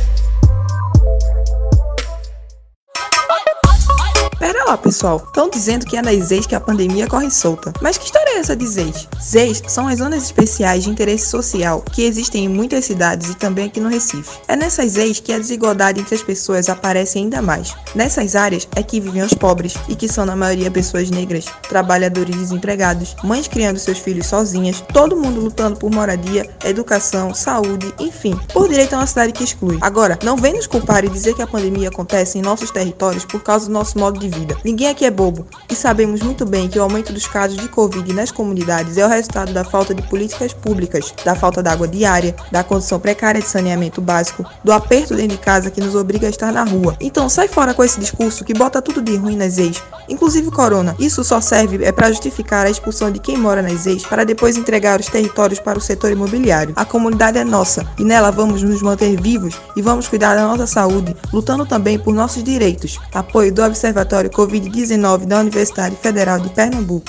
Pera lá, pessoal. Estão dizendo que é nas ZEIs que a pandemia corre solta. Mas que história é essa de ZEIs? ZEIs são as zonas especiais de interesse social que existem em muitas cidades e também aqui no Recife. É nessas ZEIs que a desigualdade entre as pessoas aparece ainda mais. Nessas áreas é que vivem os pobres e que são na maioria pessoas negras, trabalhadores desempregados, mães criando seus filhos sozinhas, todo mundo lutando por moradia, educação, saúde, enfim, por direito a uma cidade que exclui. Agora, não vem nos culpar e dizer que a pandemia acontece em nossos territórios por causa do nosso modo de vida. Ninguém aqui é bobo e sabemos muito bem que o aumento dos casos de Covid nas comunidades é o resultado da falta de políticas públicas, da falta de água diária, da condição precária de saneamento básico, do aperto dentro de casa que nos obriga a estar na rua. Então sai fora com esse discurso que bota tudo de ruim nas ZEIs, inclusive o corona. Isso só serve para justificar a expulsão de quem mora nas ZEIs para depois entregar os territórios para o setor imobiliário. A comunidade é nossa e nela vamos nos manter vivos e vamos cuidar da nossa saúde, lutando também por nossos direitos. Apoio do Observatório Covid-19 da Universidade Federal de Pernambuco.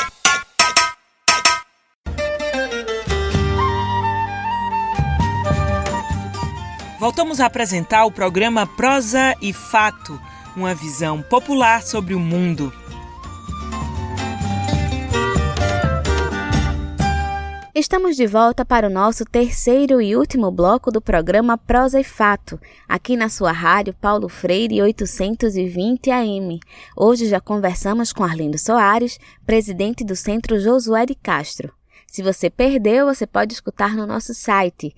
Voltamos a apresentar o programa Prosa e Fato, uma visão popular sobre o mundo. Estamos de volta para o nosso terceiro e último bloco do programa Prosa e Fato, aqui na sua rádio Paulo Freire 820 AM. Hoje já conversamos com Arlindo Soares, presidente do Centro Josué de Castro. Se você perdeu, você pode escutar no nosso site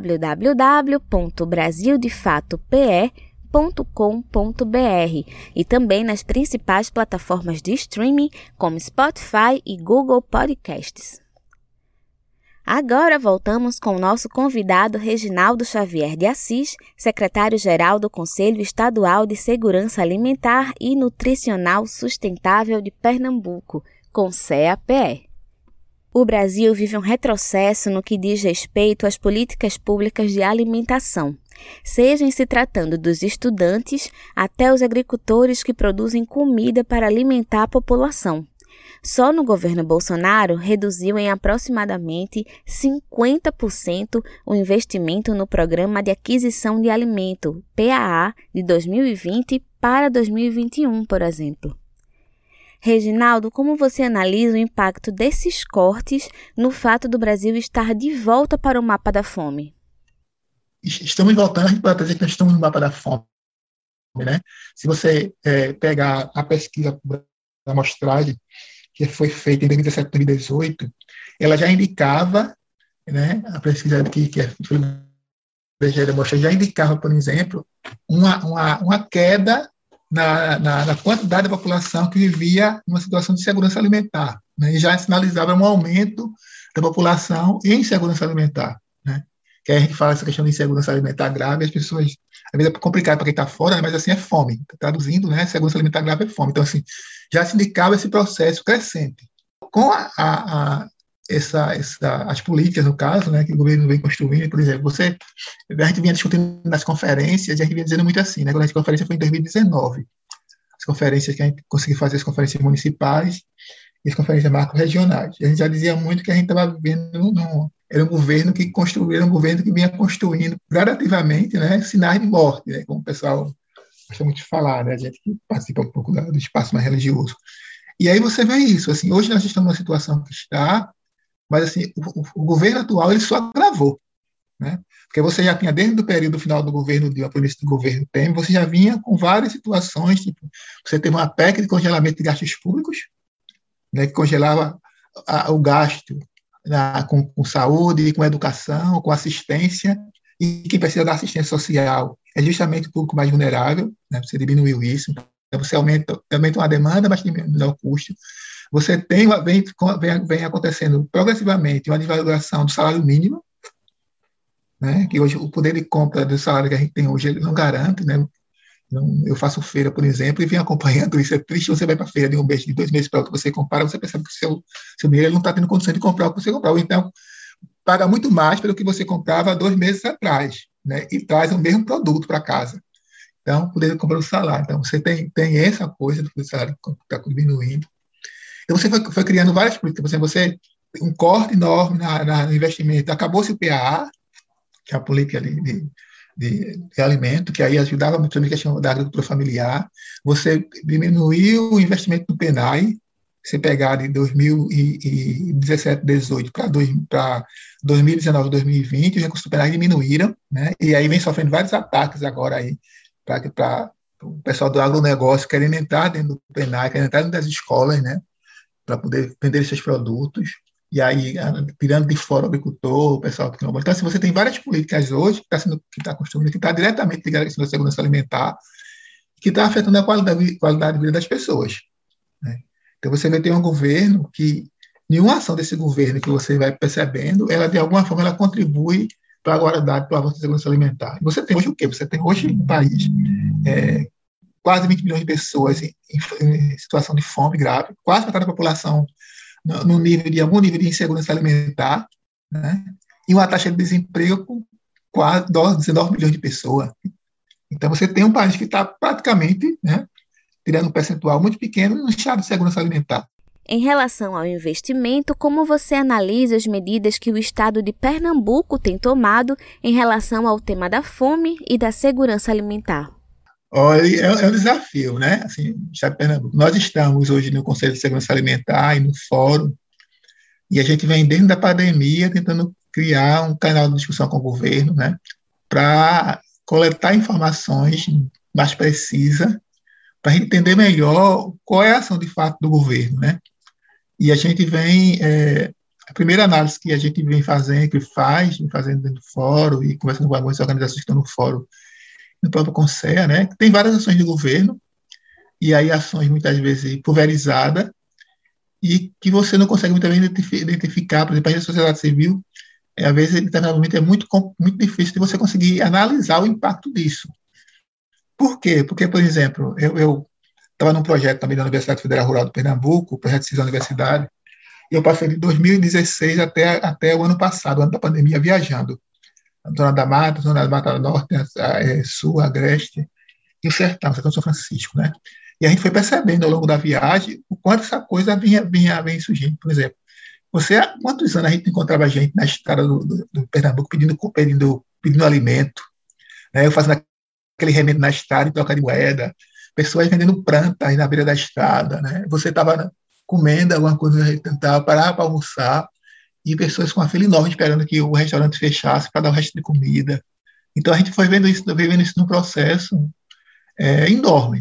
www.brasildefatope.com.br e também nas principais plataformas de streaming como Spotify e Google Podcasts. Agora voltamos com o nosso convidado Reginaldo Xavier de Assis, secretário-geral do Conselho Estadual de Segurança Alimentar e Nutricional Sustentável de Pernambuco, CONSEA-PE. O Brasil vive um retrocesso no que diz respeito às políticas públicas de alimentação, seja em se tratando dos estudantes até os agricultores que produzem comida para alimentar a população. Só no governo Bolsonaro reduziu em aproximadamente 50% o investimento no Programa de Aquisição de Alimento, PAA, de 2020 para 2021, por exemplo. Reginaldo, como você analisa o impacto desses cortes no fato do Brasil estar de volta para o mapa da fome? Estamos voltando, a gente pode dizer que nós estamos no mapa da fome, né? Se você pegar a pesquisa da amostragem, que foi feita em 2017 e 2018, ela já indicava, né, a pesquisa que foi já indicava, por exemplo, uma queda na quantidade da população que vivia numa situação de segurança alimentar, né, e já sinalizava um aumento da população em segurança alimentar, né, que aí a gente fala essa questão de insegurança alimentar grave, as pessoas, às vezes é complicado para quem está fora, mas assim é fome, traduzindo, né, segurança alimentar grave é fome, então assim, já se indicava esse processo crescente. Com as políticas, no caso, né, que o governo vem construindo, por exemplo, a gente vinha discutindo nas conferências, e a gente vinha dizendo muito assim, né, quando a conferência foi em 2019, as conferências que a gente conseguiu fazer, as conferências municipais e as conferências macro-regionais. A gente já dizia muito que a gente estava vivendo era um governo que vinha construindo gradativamente, né, sinais de morte, né, como o pessoal gosta muito de falar, né, a gente que participa um pouco do espaço mais religioso. E aí você vê isso, assim, hoje nós estamos numa situação que está, mas assim, o governo atual ele só agravou, né? Porque você já tinha, desde o período final do governo Dilma para o início do governo Temer, você já vinha com várias situações, tipo, você teve uma PEC de congelamento de gastos públicos, né, que congelava o gasto com saúde, com educação, com assistência, e quem precisa da assistência social é justamente o público mais vulnerável, né? Você diminuiu isso, então você aumenta uma demanda, mas diminui o custo. Você vem acontecendo progressivamente uma desvalorização do salário mínimo, né? Que hoje o poder de compra do salário que a gente tem hoje ele não garante, né? Eu faço feira, por exemplo, e venho acompanhando isso. É triste, você vai para a feira de um mês, de 2 meses para outro, você compara, você percebe que o seu dinheiro não está tendo condição de comprar o que você comprava. Ou então, paga muito mais pelo que você comprava 2 meses atrás, né? E traz o mesmo produto para casa. Então, poder de compra do salário. Então, você tem essa coisa do salário que está diminuindo. Então, você foi criando várias políticas. Por exemplo, você um corte enorme no investimento. Acabou-se o PAA, que é a política de alimento, que aí ajudava muito também a questão da agricultura familiar. Você diminuiu o investimento no PENAI, você pegar de 2017, 2018 para 2019, 2020, os recursos do PENAI diminuíram, né? E aí vem sofrendo vários ataques agora aí para o pessoal do agronegócio querendo entrar dentro do PENAI, querendo entrar dentro das escolas, né? Para poder vender seus produtos. E aí, tirando de fora o agricultor, o pessoal que não. Então, assim, você tem várias políticas hoje que está construindo, que está diretamente ligada à questão da segurança alimentar, que está afetando a qualidade de vida das pessoas, né? Então, você vai ter um governo que, nenhuma ação desse governo que você vai percebendo, ela, de alguma forma, ela contribui para a qualidade, para o avanço da segurança alimentar. E você tem hoje o quê? Você tem hoje um país quase 20 milhões de pessoas em situação de fome grave, quase metade da população no nível de algum nível de insegurança alimentar, né? E uma taxa de desemprego com quase 19 milhões de pessoas. Então, você tem um país que está praticamente, né, tirando um percentual muito pequeno no estado de segurança alimentar. Em relação ao investimento, como você analisa as medidas que o estado de Pernambuco tem tomado em relação ao tema da fome e da segurança alimentar? Olha, é um desafio, né? Assim, estado de Pernambuco. Nós estamos hoje no Conselho de Segurança Alimentar e no Fórum, e a gente vem desde a pandemia tentando criar um canal de discussão com o governo, né? Para coletar informações mais precisas, para a gente entender melhor qual é a ação de fato do governo, né? E a gente vem, a primeira análise que a gente vem fazendo dentro do Fórum e conversando com algumas organizações que estão no Fórum, no próprio Conselho, né? Tem várias ações do governo, e aí ações muitas vezes pulverizadas, e que você não consegue muitas vezes identificar, por exemplo, a sociedade civil, às vezes, internamente, é muito difícil de você conseguir analisar o impacto disso. Por quê? Porque, por exemplo, eu estava num projeto também da Universidade Federal Rural do Pernambuco, o projeto CIS da Universidade, e eu passei de 2016 até o ano passado, o ano da pandemia, viajando. A Zona da Mata Norte, Sul, Agreste e o Sertão, São Francisco, né? E a gente foi percebendo ao longo da viagem o quanto essa coisa vem surgindo. Por exemplo, há quantos anos a gente encontrava gente na estrada do Pernambuco pedindo alimento, né? Eu fazendo aquele remendo na estrada em troca de moeda, pessoas vendendo planta aí na beira da estrada, né? Você estava comendo alguma coisa, tentava parar para almoçar, e pessoas com uma fila enorme esperando que o restaurante fechasse para dar o resto de comida. Então, a gente foi vivendo isso num processo enorme.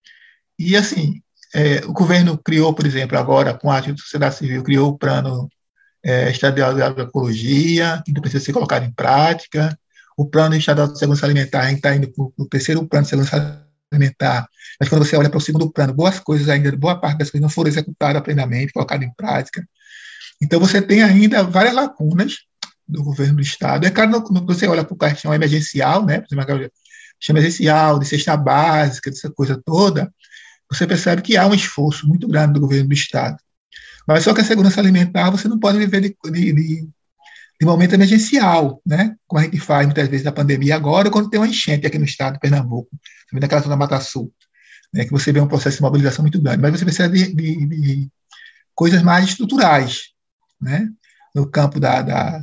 E, assim, o governo criou, por exemplo, agora, com a ajuda da sociedade civil, criou o plano estadual de agroecologia, que precisa ser colocado em prática. O plano estadual de segurança alimentar, a gente está indo para o terceiro plano de segurança alimentar, mas quando você olha para o segundo plano, boa parte das coisas não foram executadas plenamente, colocadas em prática. Então, você tem ainda várias lacunas do governo do Estado. É claro, quando você olha para o questão emergencial, né, por exemplo, questão emergencial, de cesta básica, dessa coisa toda, você percebe que há um esforço muito grande do governo do Estado. Mas só que a segurança alimentar, você não pode viver de momento emergencial, né, como a gente faz muitas vezes na pandemia agora, quando tem uma enchente aqui no estado de Pernambuco, também naquela zona da Mata Sul, né, que você vê um processo de mobilização muito grande. Mas você precisa de coisas mais estruturais, né? No campo da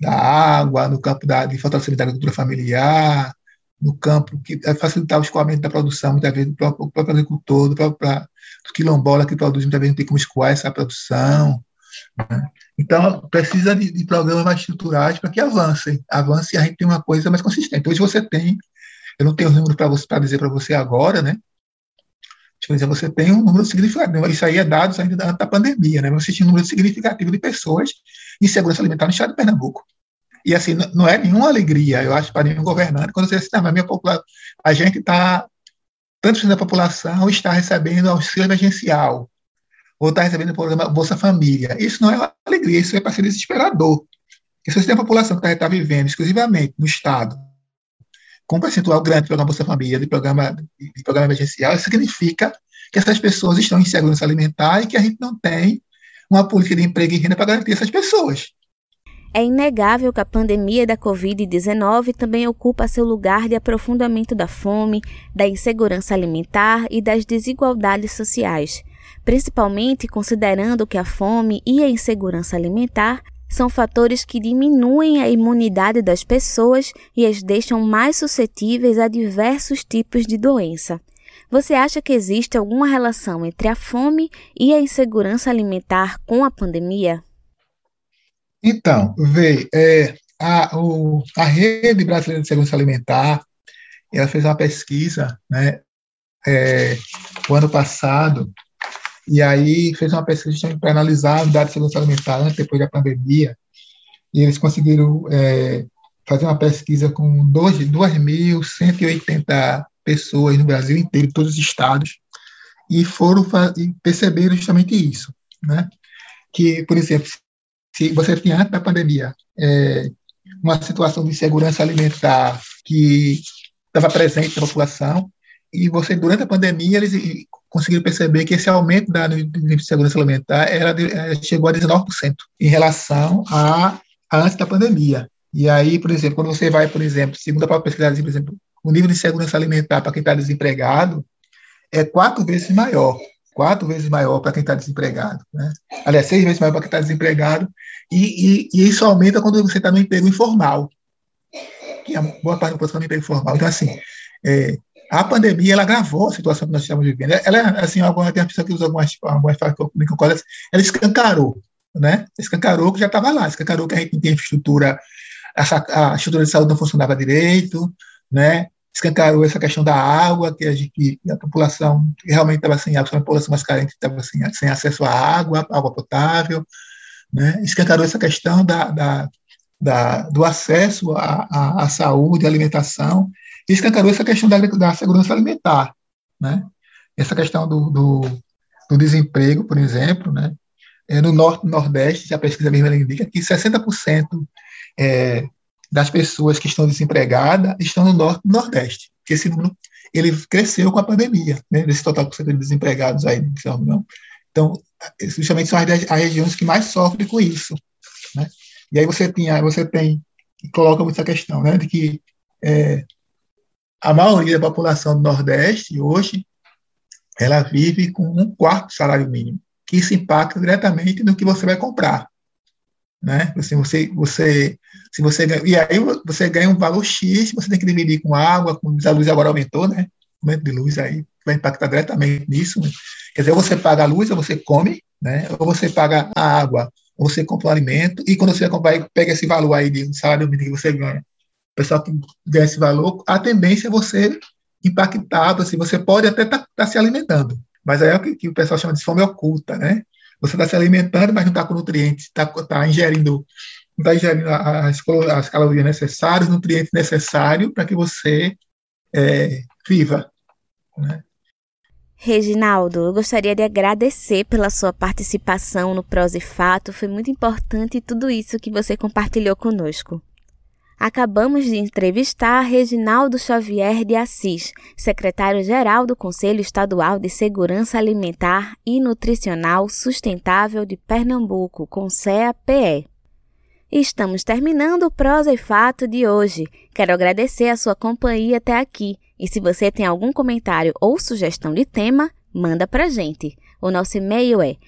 água, no campo de fortalecimento da agricultura familiar, no campo que facilitar o escoamento da produção, muitas vezes, do próprio agricultor, do quilombola que produz, muitas vezes não tem como escoar essa produção, Né? Então, precisa de programas mais estruturados para que avance e a gente tem uma coisa mais consistente. Hoje você tem, eu não tenho número para dizer para você agora, né? Por exemplo, você tem um número significativo, isso aí é dados ainda da pandemia, né? Você tinha um número significativo de pessoas em segurança alimentar no estado de Pernambuco. E assim, não é nenhuma alegria, eu acho, para nenhum governante, quando você diz, mas minha população, a gente está, tanto da população está recebendo auxílio emergencial, ou está recebendo o programa Bolsa Família. Isso não é uma alegria, isso é para ser desesperador. Porque se você tem a população que está vivendo exclusivamente no Estado, com um percentual grande de programa Bolsa Família, de programa emergencial, isso significa que essas pessoas estão em segurança alimentar e que a gente não tem uma política de emprego e renda para garantir essas pessoas. É inegável que a pandemia da Covid-19 também ocupa seu lugar de aprofundamento da fome, da insegurança alimentar e das desigualdades sociais, principalmente considerando que a fome e a insegurança alimentar são fatores que diminuem a imunidade das pessoas e as deixam mais suscetíveis a diversos tipos de doença. Você acha que existe alguma relação entre a fome e a insegurança alimentar com a pandemia? Então, a Rede Brasileira de Segurança Alimentar, ela fez uma pesquisa, né, o ano passado, e aí fez uma pesquisa para analisar os dados de segurança alimentar antes e depois da pandemia, e eles conseguiram fazer uma pesquisa com 2.180 pessoas no Brasil inteiro, todos os estados, e perceberam justamente isso, né? Que, por exemplo, se você tinha antes da pandemia uma situação de insegurança alimentar que estava presente na população, e você, durante a pandemia, eles conseguiram perceber que esse aumento da nível de segurança alimentar chegou a 19% em relação a antes da pandemia. E aí, por exemplo, quando você vai, por exemplo, segundo a própria pesquisa, por exemplo, o nível de segurança alimentar para quem está desempregado é 4 vezes maior para quem está desempregado, né? Aliás, 6 vezes maior para quem está desempregado, e isso aumenta quando você está no emprego informal, que a boa parte da população está no emprego informal. Então, assim, a pandemia, ela agravou a situação que nós estamos vivendo. Ela, assim, tem pessoas que usam algumas palavras que eu concordo, ela escancarou, né? Escancarou que já estava lá, escancarou que a gente não tem infraestrutura, a estrutura de saúde não funcionava direito, né? Escancarou essa questão da água, que a população realmente estava sem água, a população mais carente estava sem acesso à água potável, né? Escancarou essa questão do acesso à saúde, à alimentação, e escancarou essa questão da segurança alimentar, né? Essa questão do desemprego, por exemplo, né? No Norte e Nordeste, a pesquisa mesmo indica que 60% das pessoas que estão desempregadas estão no Norte e Nordeste, que esse número ele cresceu com a pandemia, né, desse total de desempregados aí. Então, justamente são as regiões que mais sofrem com isso, né? E aí você tem e coloca muito essa questão, né, de que a maioria da população do Nordeste hoje ela vive com 1/4 do salário mínimo, que isso impacta diretamente no que você vai comprar, né? Assim, se você ganha, e aí você ganha um valor X, você tem que dividir com água, a luz agora aumentou, né? O aumento de luz aí vai impactar diretamente nisso, né? Quer dizer, ou você paga a luz, ou você come, né? Ou você paga a água, ou você compra um alimento, e quando você vai comprar, pega esse valor aí de salário mínimo que você ganha, o pessoal que ganha esse valor, a tendência é você impactado, assim, você pode até estar se alimentando, mas aí é o que o pessoal chama de fome oculta, né? Você está se alimentando, mas não está com nutrientes, está ingerindo as calorias necessárias, os nutrientes necessários para que você viva, né? Reginaldo, eu gostaria de agradecer pela sua participação no Prosa e Fato. Foi muito importante tudo isso que você compartilhou conosco. Acabamos de entrevistar Reginaldo Xavier de Assis, secretário-geral do Conselho Estadual de Segurança Alimentar e Nutricional Sustentável de Pernambuco, CONSEA-PE. E estamos terminando o Prosa e Fato de hoje. Quero agradecer a sua companhia até aqui. E se você tem algum comentário ou sugestão de tema, manda pra gente. O nosso e-mail é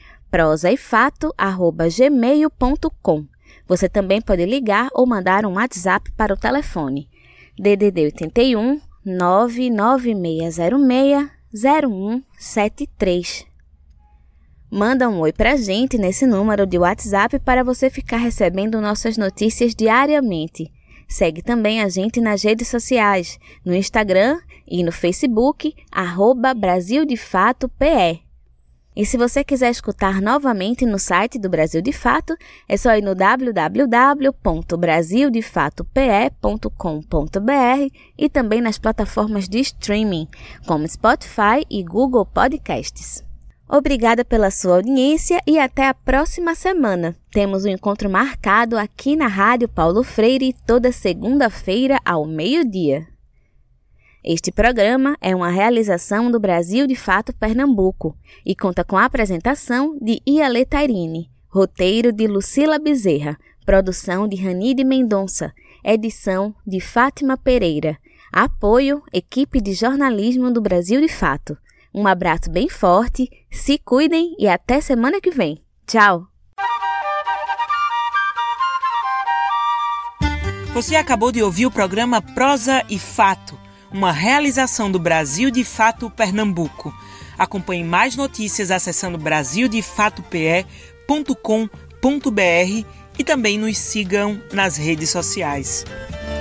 prosaefato@gmail.com. Você também pode ligar ou mandar um WhatsApp para o telefone DDD 81 99606 0173. Manda um oi pra gente nesse número de WhatsApp para você ficar recebendo nossas notícias diariamente. Segue também a gente nas redes sociais, no Instagram e no Facebook, @BrasilDeFatoPE. E se você quiser escutar novamente no site do Brasil de Fato, é só ir no www.brasildefatope.com.br e também nas plataformas de streaming, como Spotify e Google Podcasts. Obrigada pela sua audiência e até a próxima semana. Temos um encontro marcado aqui na Rádio Paulo Freire toda segunda-feira ao meio-dia. Este programa é uma realização do Brasil de Fato Pernambuco e conta com a apresentação de Iale Tairine, roteiro de Lucila Bezerra, produção de Ranide Mendonça, edição de Fátima Pereira, apoio equipe de jornalismo do Brasil de Fato. Um abraço bem forte, se cuidem e até semana que vem. Tchau! Você acabou de ouvir o programa Prosa e Fato, uma realização do Brasil de Fato Pernambuco. Acompanhe mais notícias acessando brasildefatope.com.br e também nos sigam nas redes sociais.